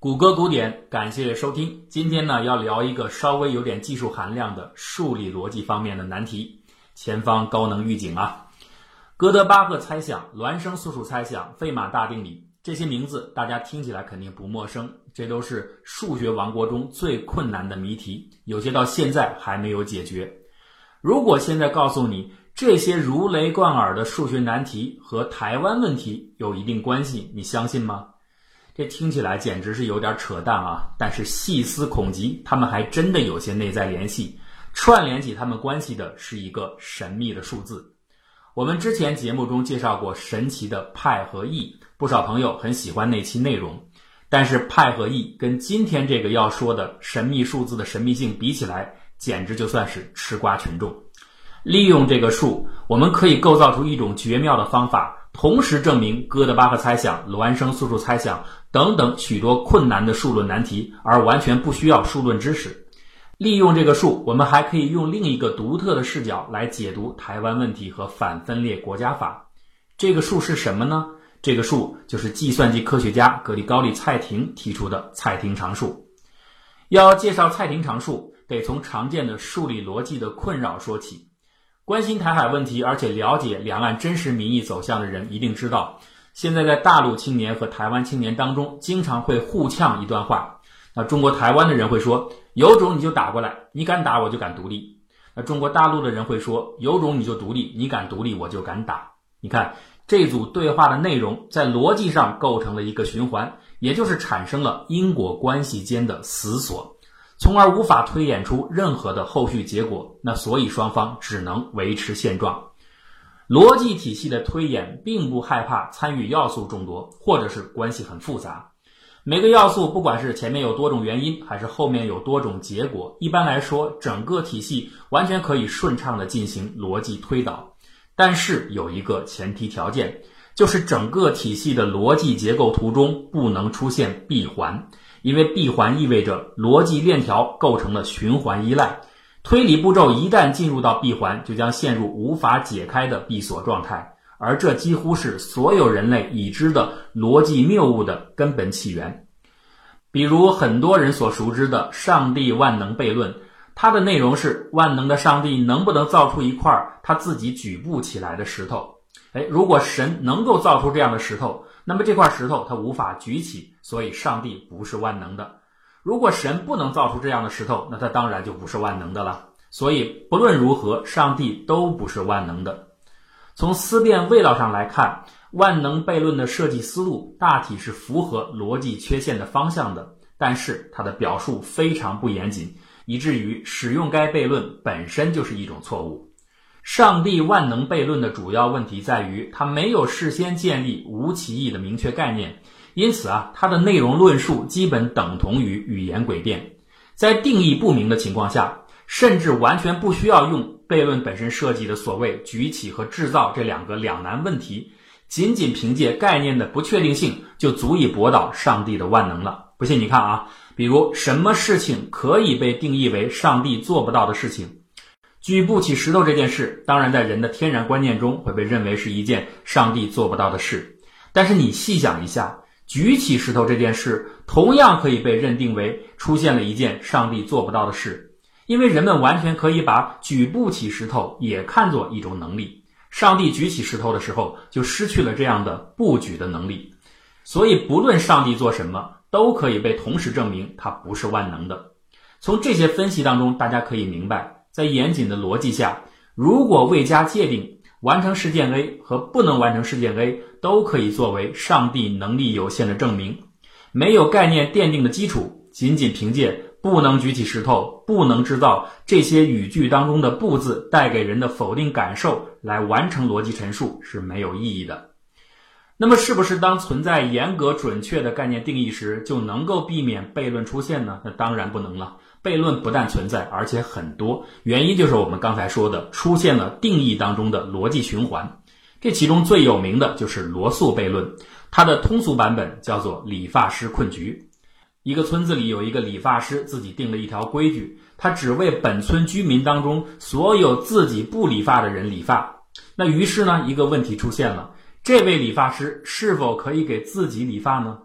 谷歌古典，感谢收听。今天呢，要聊一个稍微有点技术含量的数理逻辑方面的难题。前方高能预警啊！哥德巴赫猜想、孪生素数猜想、费马大定理，这些名字大家听起来肯定不陌生，这都是数学王国中最困难的谜题，有些到现在还没有解决。如果现在告诉你，这些如雷贯耳的数学难题和台湾问题有一定关系，你相信吗？这听起来简直是有点扯淡啊！但是细思恐极，他们还真的有些内在联系，串联起他们关系的是一个神秘的数字。我们之前节目中介绍过神奇的派和义，不少朋友很喜欢那期内容。但是派和义跟今天这个要说的神秘数字的神秘性比起来，简直就算是吃瓜群众。利用这个数，我们可以构造出一种绝妙的方法，同时证明哥德巴赫猜想、孪生素数猜想等等许多困难的数论难题，而完全不需要数论知识。利用这个数，我们还可以用另一个独特的视角来解读台湾问题和反分裂国家法。这个数是什么呢？这个数就是计算机科学家格里高利·蔡廷提出的蔡廷常数。要介绍蔡廷常数，得从常见的数理逻辑的困扰说起。关心台海问题而且了解两岸真实民意走向的人一定知道，现在在大陆青年和台湾青年当中经常会互呛一段话。那中国台湾的人会说，有种你就打过来，你敢打我就敢独立。那中国大陆的人会说，有种你就独立，你敢独立我就敢打。你看这组对话的内容在逻辑上构成了一个循环，也就是产生了因果关系间的死锁，从而无法推演出任何的后续结果，那所以双方只能维持现状。逻辑体系的推演并不害怕参与要素众多，或者是关系很复杂。每个要素不管是前面有多种原因，还是后面有多种结果，一般来说整个体系完全可以顺畅地进行逻辑推导。但是有一个前提条件，就是整个体系的逻辑结构图中不能出现闭环，因为闭环意味着逻辑链条构成了循环依赖，推理步骤一旦进入到闭环，就将陷入无法解开的闭锁状态，而这几乎是所有人类已知的逻辑谬误的根本起源。比如很多人所熟知的上帝万能悖论，它的内容是万能的上帝能不能造出一块他自己举不起来的石头。如果神能够造出这样的石头，那么这块石头它无法举起，所以上帝不是万能的。如果神不能造出这样的石头，那它当然就不是万能的了。所以不论如何，上帝都不是万能的。从思辨味道上来看，万能悖论的设计思路大体是符合逻辑缺陷的方向的，但是它的表述非常不严谨，以至于使用该悖论本身就是一种错误。上帝万能悖论的主要问题在于，它没有事先建立无歧义的明确概念，因此它的内容论述基本等同于语言诡辩。在定义不明的情况下，甚至完全不需要用悖论本身设计的所谓举起和制造这两个两难问题，仅仅凭借概念的不确定性就足以驳倒上帝的万能了。不信你看比如什么事情可以被定义为上帝做不到的事情？举不起石头这件事，当然在人的天然观念中会被认为是一件上帝做不到的事。但是你细想一下，举起石头这件事同样可以被认定为出现了一件上帝做不到的事，因为人们完全可以把举不起石头也看作一种能力。上帝举起石头的时候就失去了这样的不举的能力，所以不论上帝做什么，都可以被同时证明它不是万能的。从这些分析当中，大家可以明白，在严谨的逻辑下，如果未加界定，完成事件 A 和不能完成事件 A 都可以作为上帝能力有限的证明。没有概念奠定的基础，仅仅凭借不能举起石头、不能制造这些语句当中的不字带给人的否定感受来完成逻辑陈述是没有意义的。那么是不是当存在严格准确的概念定义时，就能够避免悖论出现呢？那当然不能了。悖论不但存在，而且很多，原因就是我们刚才说的，出现了定义当中的逻辑循环。这其中最有名的就是罗素悖论，它的通俗版本叫做理发师困局。一个村子里有一个理发师，自己定了一条规矩，他只为本村居民当中所有自己不理发的人理发。那于是呢，一个问题出现了，这位理发师是否可以给自己理发呢？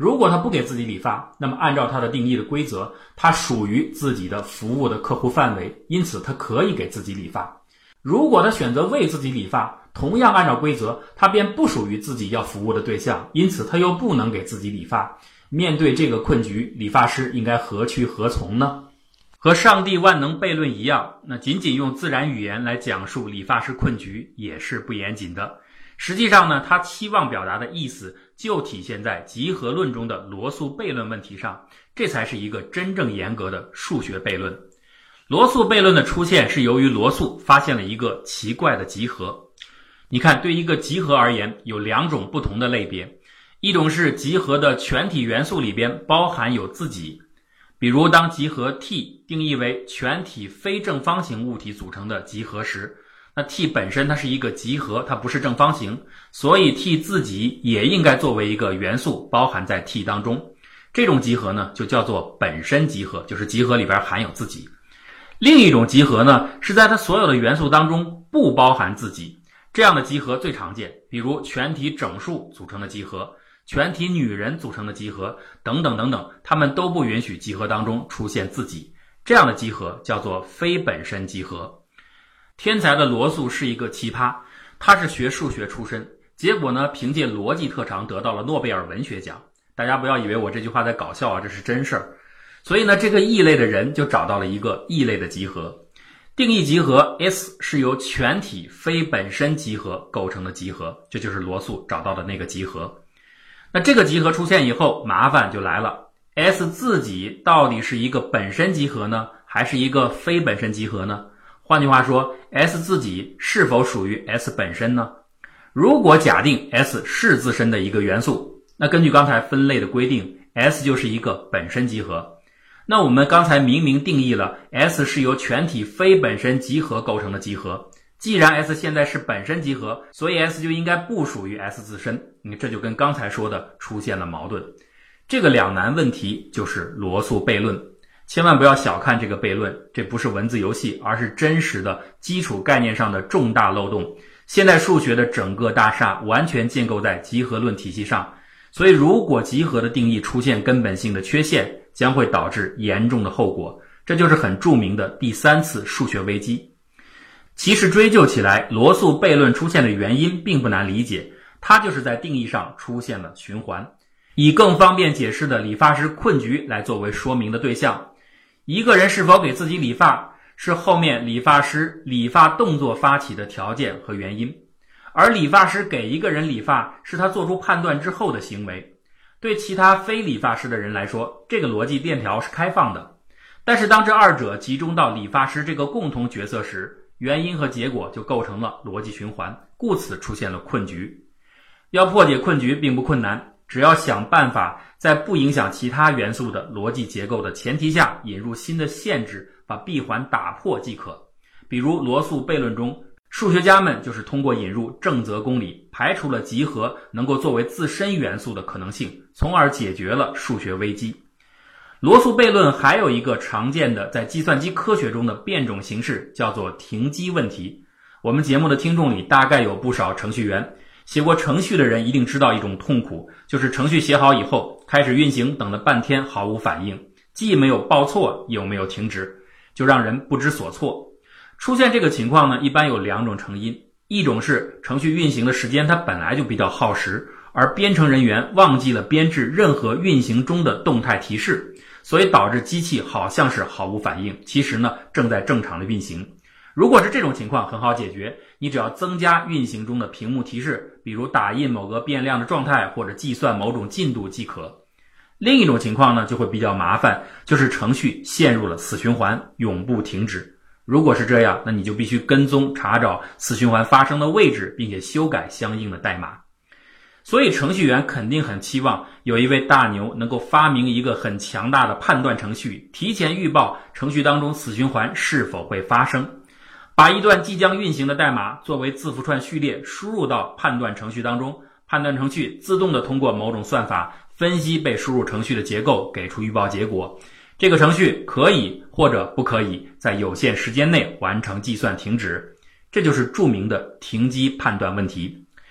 如果他不给自己理发，那么按照他的定义的规则，他属于自己的服务的客户范围，因此他可以给自己理发。如果他选择为自己理发，同样按照规则，他便不属于自己要服务的对象，因此他又不能给自己理发。面对这个困局，理发师应该何去何从呢？和上帝万能悖论一样，那仅仅用自然语言来讲述理发师困局也是不严谨的。实际上呢，他期望表达的意思就体现在集合论中的罗素悖论问题上，这才是一个真正严格的数学悖论。罗素悖论的出现是由于罗素发现了一个奇怪的集合。你看，对一个集合而言，有两种不同的类别，一种是集合的全体元素里边包含有自己，比如当集合 T 定义为全体非正方形物体组成的集合时，那 T 本身它是一个集合，它不是正方形，所以 T 自己也应该作为一个元素包含在 T 当中。这种集合呢就叫做本身集合，就是集合里边含有自己。另一种集合呢是在它所有的元素当中不包含自己，这样的集合最常见，比如全体整数组成的集合、全体女人组成的集合等等等等，它们都不允许集合当中出现自己，这样的集合叫做非本身集合。天才的罗素是一个奇葩，他是学数学出身，结果呢凭借逻辑特长得到了诺贝尔文学奖。大家不要以为我这句话在搞笑啊，这是真事儿。所以呢，这个异类的人就找到了一个异类的集合，定义集合 S 是由全体非本身集合构成的集合，这就是罗素找到的那个集合。那这个集合出现以后，麻烦就来了， S 自己到底是一个本身集合呢，还是一个非本身集合呢？换句话说， S 自己是否属于 S 本身呢？如果假定 S 是自身的一个元素，那根据刚才分类的规定， S 就是一个本身集合。那我们刚才明明定义了 S 是由全体非本身集合构成的集合，既然 S 现在是本身集合，所以 S 就应该不属于 S 自身，这就跟刚才说的出现了矛盾。这个两难问题就是罗素悖论。千万不要小看这个悖论，这不是文字游戏，而是真实的基础概念上的重大漏洞。现代数学的整个大厦完全建构在集合论体系上，所以如果集合的定义出现根本性的缺陷，将会导致严重的后果，这就是很著名的第三次数学危机。其实追究起来，罗素悖论出现的原因并不难理解，它就是在定义上出现了循环。以更方便解释的理发师困局来作为说明的对象，一个人是否给自己理发，是后面理发师理发动作发起的条件和原因，而理发师给一个人理发是他做出判断之后的行为。对其他非理发师的人来说，这个逻辑链条是开放的，但是当这二者集中到理发师这个共同角色时，原因和结果就构成了逻辑循环，故此出现了困局。要破解困局并不困难，只要想办法在不影响其他元素的逻辑结构的前提下引入新的限制，把闭环打破即可。比如罗素悖论中，数学家们就是通过引入正则公理，排除了集合能够作为自身元素的可能性，从而解决了数学危机。罗素悖论还有一个常见的在计算机科学中的变种形式，叫做停机问题。我们节目的听众里大概有不少程序员，写过程序的人一定知道一种痛苦，就是程序写好以后开始运行，等了半天毫无反应，既没有报错又没有停止，就让人不知所措。出现这个情况呢，一般有两种成因，一种是程序运行的时间它本来就比较耗时，而编程人员忘记了编制任何运行中的动态提示，所以导致机器好像是毫无反应，其实呢正在正常的运行。如果是这种情况，很好解决，你只要增加运行中的屏幕提示，比如打印某个变量的状态或者计算某种进度即可。另一种情况呢就会比较麻烦，就是程序陷入了死循环，永不停止。如果是这样，那你就必须跟踪查找死循环发生的位置，并且修改相应的代码。所以程序员肯定很期望有一位大牛能够发明一个很强大的判断程序，提前预报程序当中死循环是否会发生，把一段即将运行的代码作为字符串序列输入到判断程序当中，判断程序自动的通过某种算法分析被输入程序的结构，给出预报结果。这个程序可以或者不可以在有限时间内完成计算停止，这就是著名的停机判断问题。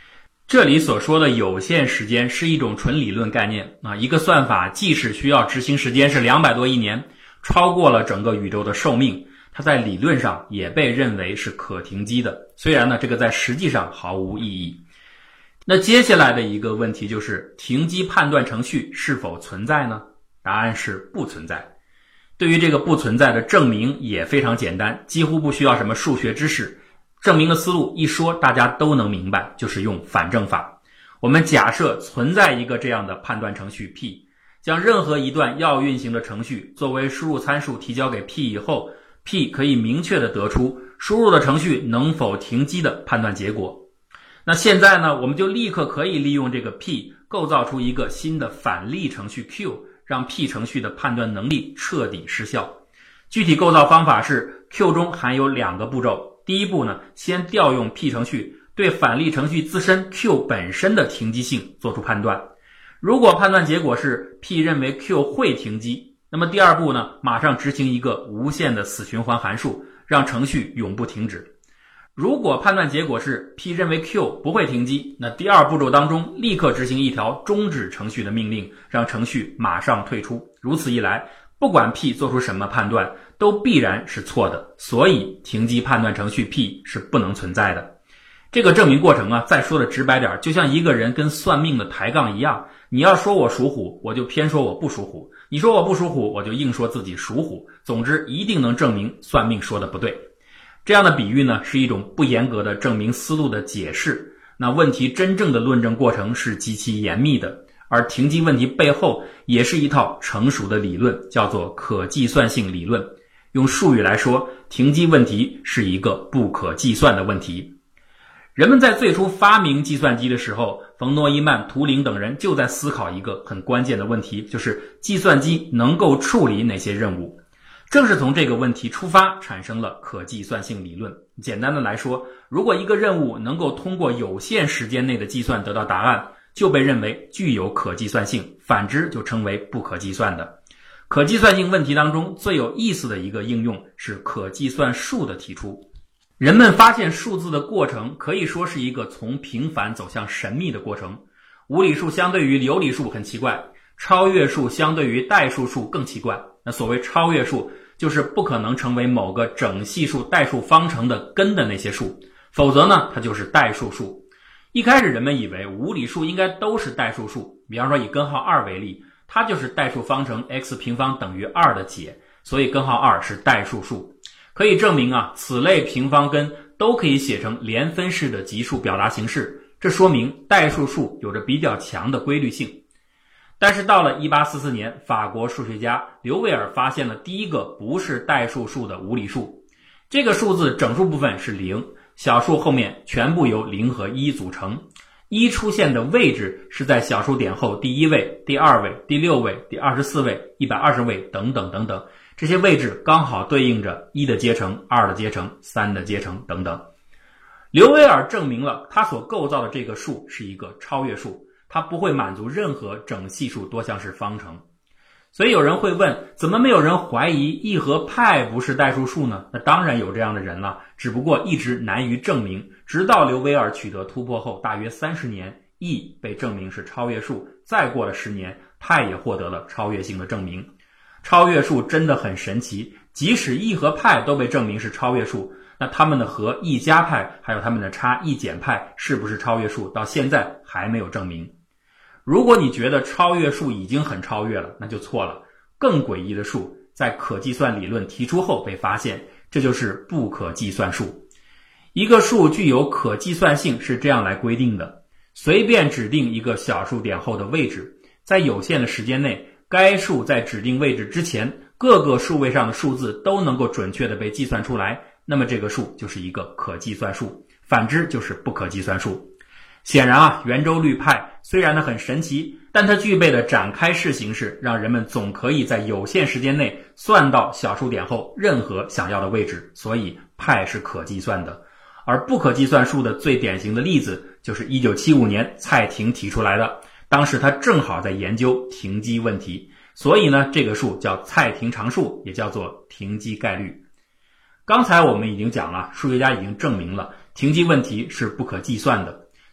这里所说的有限时间是一种纯理论概念啊，一个算法即使需要执行时间是200多亿年，超过了整个宇宙的寿命，它在理论上也被认为是可停机的，虽然呢这个在实际上毫无意义。那接下来的一个问题就是停机判断程序是否存在呢？答案是不存在。对于这个不存在的证明也非常简单，几乎不需要什么数学知识，证明的思路一说大家都能明白，就是用反证法。我们假设存在一个这样的判断程序 P， 将任何一段要运行的程序作为输入参数提交给 P 以后， P 可以明确地得出输入的程序能否停机的判断结果。那现在呢，我们就立刻可以利用这个 P 构造出一个新的反例程序 Q， 让 P 程序的判断能力彻底失效。具体构造方法是 Q 中含有2个步骤。第一步呢，先调用 P 程序对反例程序自身 Q 本身的停机性做出判断。如果判断结果是 P 认为 Q 会停机，那么第二步呢，马上执行一个无限的死循环函数，让程序永不停止。如果判断结果是 P 认为 Q 不会停机，那第二步骤当中立刻执行一条终止程序的命令，让程序马上退出。如此一来，不管 P 做出什么判断都必然是错的，所以停机判断程序 P 是不能存在的。这个证明过程啊，再说的直白点，就像一个人跟算命的抬杠一样，你要说我属虎，我就偏说我不属虎，你说我不属虎，我就硬说自己属虎，总之一定能证明算命说的不对。这样的比喻呢，是一种不严格的证明思路的解释，那问题真正的论证过程是极其严密的，而停机问题背后也是一套成熟的理论，叫做可计算性理论。用术语来说，停机问题是一个不可计算的问题。人们在最初发明计算机的时候，冯诺依曼、图灵等人就在思考一个很关键的问题，就是计算机能够处理哪些任务。正是从这个问题出发，产生了可计算性理论。简单的来说，如果一个任务能够通过有限时间内的计算得到答案，就被认为具有可计算性，反之就称为不可计算的。可计算性问题当中最有意思的一个应用是可计算数的提出。人们发现数字的过程可以说是一个从平凡走向神秘的过程。无理数相对于有理数很奇怪，超越数相对于代数数更奇怪。那所谓超越数，就是不可能成为某个整系数代数方程的根的那些数，否则呢，它就是代数数。一开始人们以为无理数应该都是代数数，比方说以根号2为例，它就是代数方程 x 平方等于2的解，所以根号2是代数数。可以证明啊，此类平方根都可以写成连分式的级数表达形式，这说明代数数有着比较强的规律性。但是到了1844年，法国数学家刘维尔发现了第一个不是代数数的无理数。这个数字整数部分是0，小数后面全部由0和1组成。1出现的位置是在小数点后第1位、第2位、第6位、第24位、120位等等等等。这些位置刚好对应着1的阶乘、2的阶乘、3的阶乘等等。刘维尔证明了他所构造的这个数是一个超越数，它不会满足任何整系数多项式方程。所以有人会问，怎么没有人怀疑 e 和派不是代数数呢？那当然有这样的人了，只不过一直难于证明，直到刘维尔取得突破后大约30年 e 被证明是超越数，再过了10年派也获得了超越性的证明。超越数真的很神奇，即使 e 和派都被证明是超越数，那它们的和 e 加派还有它们的差 e 减派是不是超越数，到现在还没有证明。如果你觉得超越数已经很超越了，那就错了。更诡异的数在可计算理论提出后被发现，这就是不可计算数。一个数具有可计算性是这样来规定的：随便指定一个小数点后的位置，在有限的时间内，该数在指定位置之前各个数位上的数字都能够准确地被计算出来，那么这个数就是一个可计算数，反之就是不可计算数。显然啊，圆周率派虽然呢很神奇，但它具备的展开式形式让人们总可以在有限时间内算到小数点后任何想要的位置，所以派是可计算的。而不可计算数的最典型的例子就是1975年蔡廷提出来的，当时他正好在研究停机问题，所以呢这个数叫蔡廷常数，也叫做停机概率。刚才我们已经讲了，数学家已经证明了停机问题是不可计算的，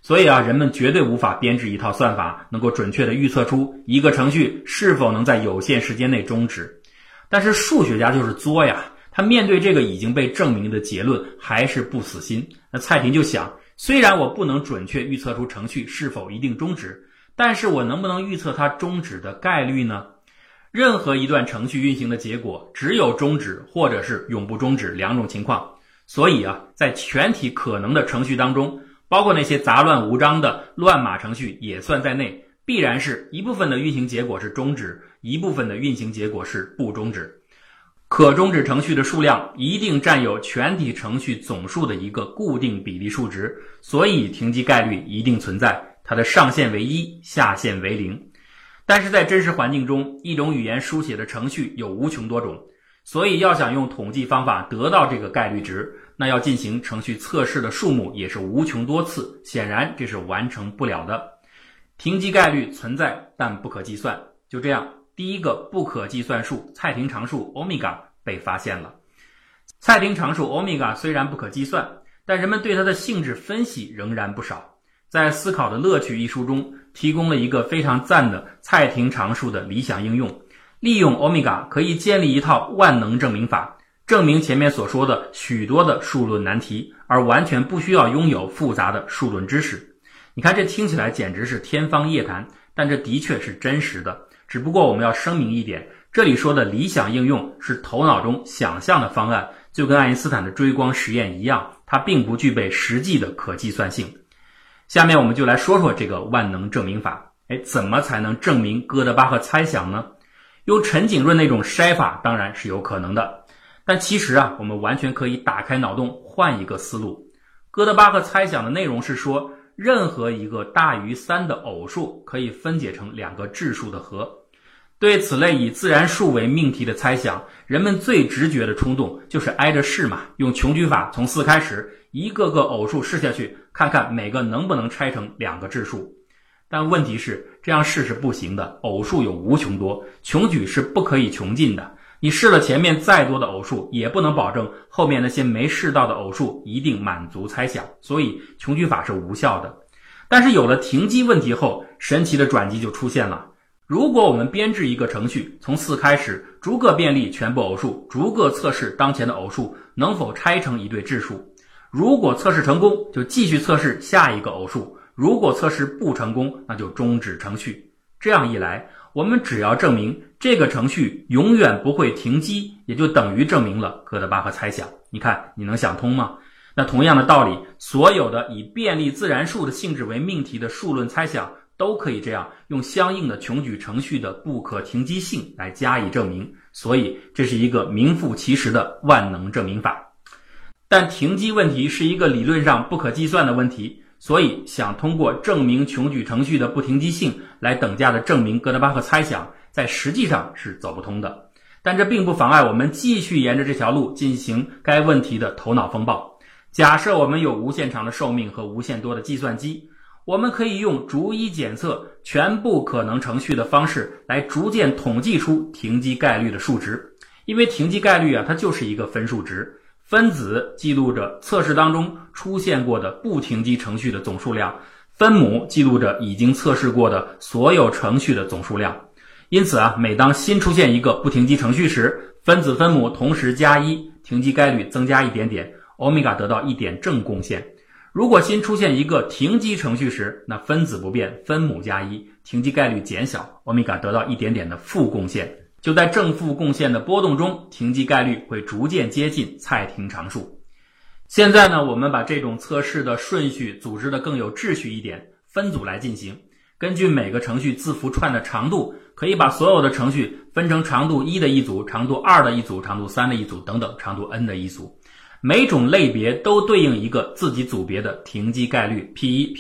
所以人们绝对无法编制一套算法能够准确地预测出一个程序是否能在有限时间内终止。但是数学家就是作呀，他面对这个已经被证明的结论还是不死心。那蔡婷就想，虽然我不能准确预测出程序是否一定终止，但是我能不能预测它终止的概率呢？任何一段程序运行的结果只有终止或者是永不终止两种情况。所以在全体可能的程序当中，包括那些杂乱无章的乱码程序也算在内，必然是一部分的运行结果是终止，一部分的运行结果是不终止。可终止程序的数量一定占有全体程序总数的一个固定比例数值，所以停机概率一定存在，它的上限为1，下限为0。但是在真实环境中，一种语言书写的程序有无穷多种，所以要想用统计方法得到这个概率值，那要进行程序测试的数目也是无穷多次，显然这是完成不了的。停机概率存在，但不可计算。就这样，第一个不可计算数蔡婷常数欧米伽被发现了。蔡婷常数欧米伽虽然不可计算，但人们对它的性质分析仍然不少。在《思考的乐趣》一书中提供了一个非常赞的蔡婷常数的理想应用，利用欧米伽可以建立一套万能证明法，证明前面所说的许多的数论难题，而完全不需要拥有复杂的数论知识。你看这听起来简直是天方夜谭，但这的确是真实的。只不过我们要声明一点，这里说的理想应用是头脑中想象的方案，就跟爱因斯坦的追光实验一样，它并不具备实际的可计算性。下面我们就来说说这个万能证明法。怎么才能证明哥德巴赫猜想呢？用陈景润那种筛法当然是有可能的，但其实我们完全可以打开脑洞，换一个思路。哥德巴赫猜想的内容是说，任何一个大于3的偶数可以分解成2个质数的和。对此类以自然数为命题的猜想，人们最直觉的冲动就是挨着试嘛，用穷举法从4开始，一个个偶数试下去，看看每个能不能拆成2个质数。但问题是，这样试是不行的，偶数有无穷多，穷举是不可以穷尽的。你试了前面再多的偶数，也不能保证后面那些没试到的偶数一定满足猜想，所以穷举法是无效的。但是有了停机问题后，神奇的转机就出现了。如果我们编制一个程序，从4开始，逐个便利全部偶数，逐个测试当前的偶数能否拆成一对质数。如果测试成功，就继续测试下一个偶数；如果测试不成功，那就终止程序。这样一来，我们只要证明这个程序永远不会停机，也就等于证明了哥德巴赫猜想。你看，你能想通吗？那同样的道理，所有的以便利自然数的性质为命题的数论猜想都可以这样用相应的穷举程序的不可停机性来加以证明，所以这是一个名副其实的万能证明法。但停机问题是一个理论上不可计算的问题，所以想通过证明穷举程序的不停机性来等价的证明哥德巴赫猜想，在实际上是走不通的。但这并不妨碍我们继续沿着这条路进行该问题的头脑风暴。假设我们有无限长的寿命和无限多的计算机，我们可以用逐一检测全部可能程序的方式来逐渐统计出停机概率的数值。因为停机概率它就是一个分数值，分子记录着测试当中出现过的不停机程序的总数量，分母记录着已经测试过的所有程序的总数量。因此每当新出现一个不停机程序时，分子分母同时加1，停机概率增加一点点，欧米伽得到1点正贡献。如果新出现一个停机程序时，那分子不变，分母加1，停机概率减小，欧米伽得到1点点的负贡献。就在正负贡献的波动中，停机概率会逐渐接近蔡婷常数。现在呢，我们把这种测试的顺序组织得更有秩序一点，分组来进行。根据每个程序字符串的长度，可以把所有的程序分成长度1的一组、长度2的一组、长度3的一组等等长度 n 的一组。每种类别都对应一个自己组别的停机概率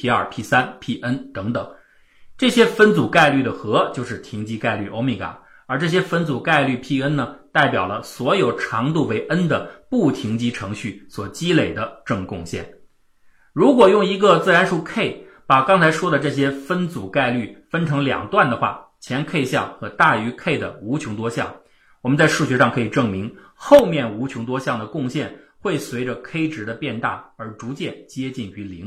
P1、P2、P3、Pn 等等。这些分组概率的和就是停机概率欧米伽，而这些分组概率 Pn 呢，代表了所有长度为 n 的不停机程序所积累的正贡献。如果用一个自然数 k 把刚才说的这些分组概率分成2段的话，前 k 项和大于 k 的无穷多项，我们在数学上可以证明后面无穷多项的贡献会随着 k 值的变大而逐渐接近于0。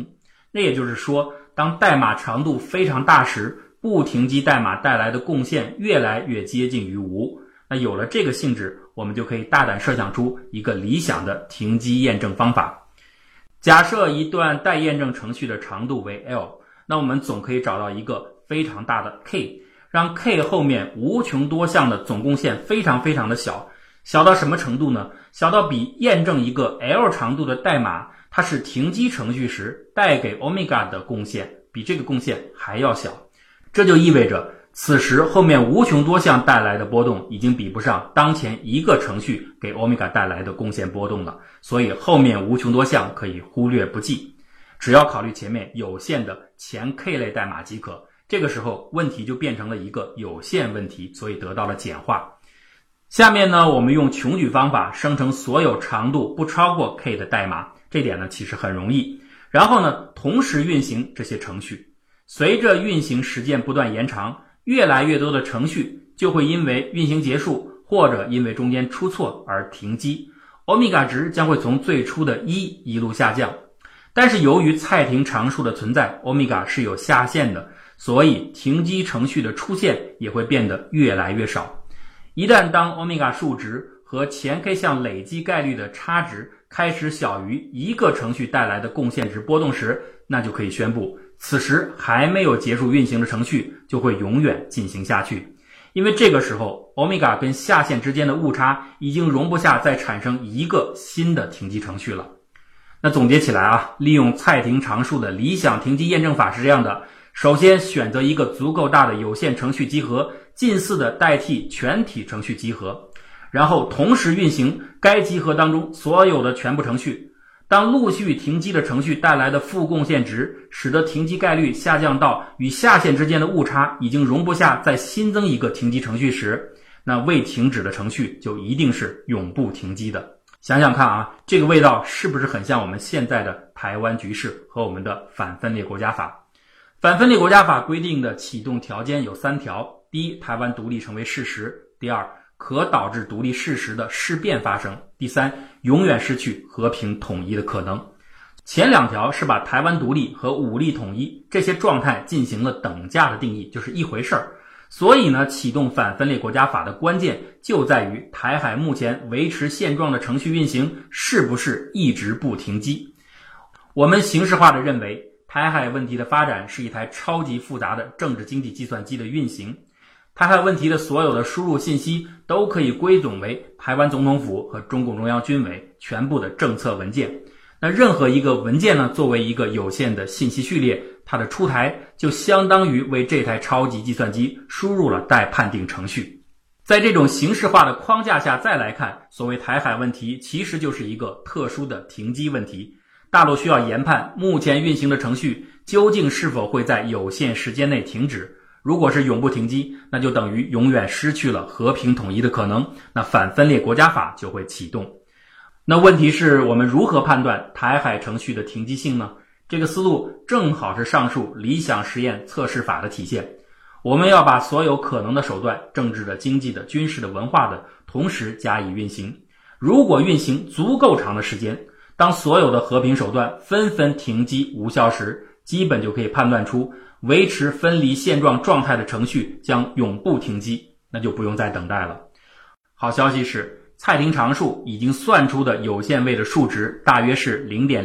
那也就是说，当代码长度非常大时，不停机代码带来的贡献越来越接近于无。那有了这个性质，我们就可以大胆设想出一个理想的停机验证方法。假设一段待验证程序的长度为 L， 那我们总可以找到一个非常大的 K， 让 K 后面无穷多项的总贡献非常非常的小。小到什么程度呢？小到比验证一个 L 长度的代码，它是停机程序时带给 Omega 的贡献比这个贡献还要小。这就意味着此时后面无穷多项带来的波动已经比不上当前一个程序给 Omega 带来的贡献波动了，所以后面无穷多项可以忽略不计，只要考虑前面有限的前 K 类代码即可。这个时候问题就变成了一个有限问题，所以得到了简化。下面呢，我们用穷举方法生成所有长度不超过 K 的代码，这点呢其实很容易。然后呢，同时运行这些程序。随着运行时间不断延长，越来越多的程序就会因为运行结束或者因为中间出错而停机，欧米伽值将会从最初的1一路下降。但是由于蔡廷常数的存在，欧米伽是有下限的，所以停机程序的出现也会变得越来越少。一旦当欧米伽数值和前 K 项累积概率的差值开始小于一个程序带来的贡献值波动时，那就可以宣布此时还没有结束运行的程序就会永远进行下去，因为这个时候欧米伽跟下限之间的误差已经容不下再产生一个新的停机程序了。那总结起来啊，利用蔡廷常数的理想停机验证法是这样的：首先选择一个足够大的有限程序集合，近似的代替全体程序集合，然后同时运行该集合当中所有的全部程序。当陆续停机的程序带来的负贡献值使得停机概率下降到与下限之间的误差已经容不下再新增一个停机程序时，那未停止的程序就一定是永不停机的。想想看啊，这个味道是不是很像我们现在的台湾局势和我们的反分裂国家法？反分裂国家法规定的启动条件有3条：第一，台湾独立成为事实；第二，可导致独立事实的事变发生；第三，永远失去和平统一的可能。前2条是把台湾独立和武力统一这些状态进行了等价的定义，就是一回事儿。所以呢，启动反分裂国家法的关键就在于台海目前维持现状的程序运行是不是一直不停机。我们形式化地认为，台海问题的发展是一台超级复杂的政治经济计算机的运行。台海问题的所有的输入信息都可以归总为台湾总统府和中共中央军委全部的政策文件。那任何一个文件呢，作为一个有限的信息序列，它的出台就相当于为这台超级计算机输入了待判定程序。在这种形式化的框架下再来看，所谓台海问题其实就是一个特殊的停机问题。大陆需要研判目前运行的程序究竟是否会在有限时间内停止。如果是永不停机，那就等于永远失去了和平统一的可能，那反分裂国家法就会启动。那问题是我们如何判断台海程序的停机性呢？这个思路正好是上述理想实验测试法的体现。我们要把所有可能的手段，政治的、经济的、军事的、文化的，同时加以运行。如果运行足够长的时间，当所有的和平手段纷纷停机无效时，基本就可以判断出维持分离现状状态的程序将永不停机，那就不用再等待了。好消息是，蔡廷常数已经算出的有限位的数值大约是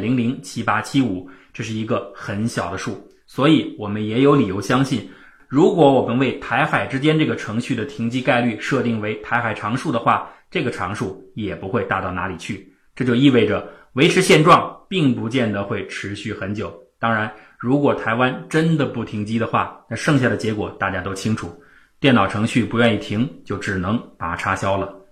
0.007875， 这是一个很小的数，所以我们也有理由相信，如果我们为台海之间这个程序的停机概率设定为台海常数的话，这个常数也不会大到哪里去。这就意味着维持现状并不见得会持续很久。当然，如果台湾真的不停机的话，那剩下的结果大家都清楚，电脑程序不愿意停，就只能把它插销了。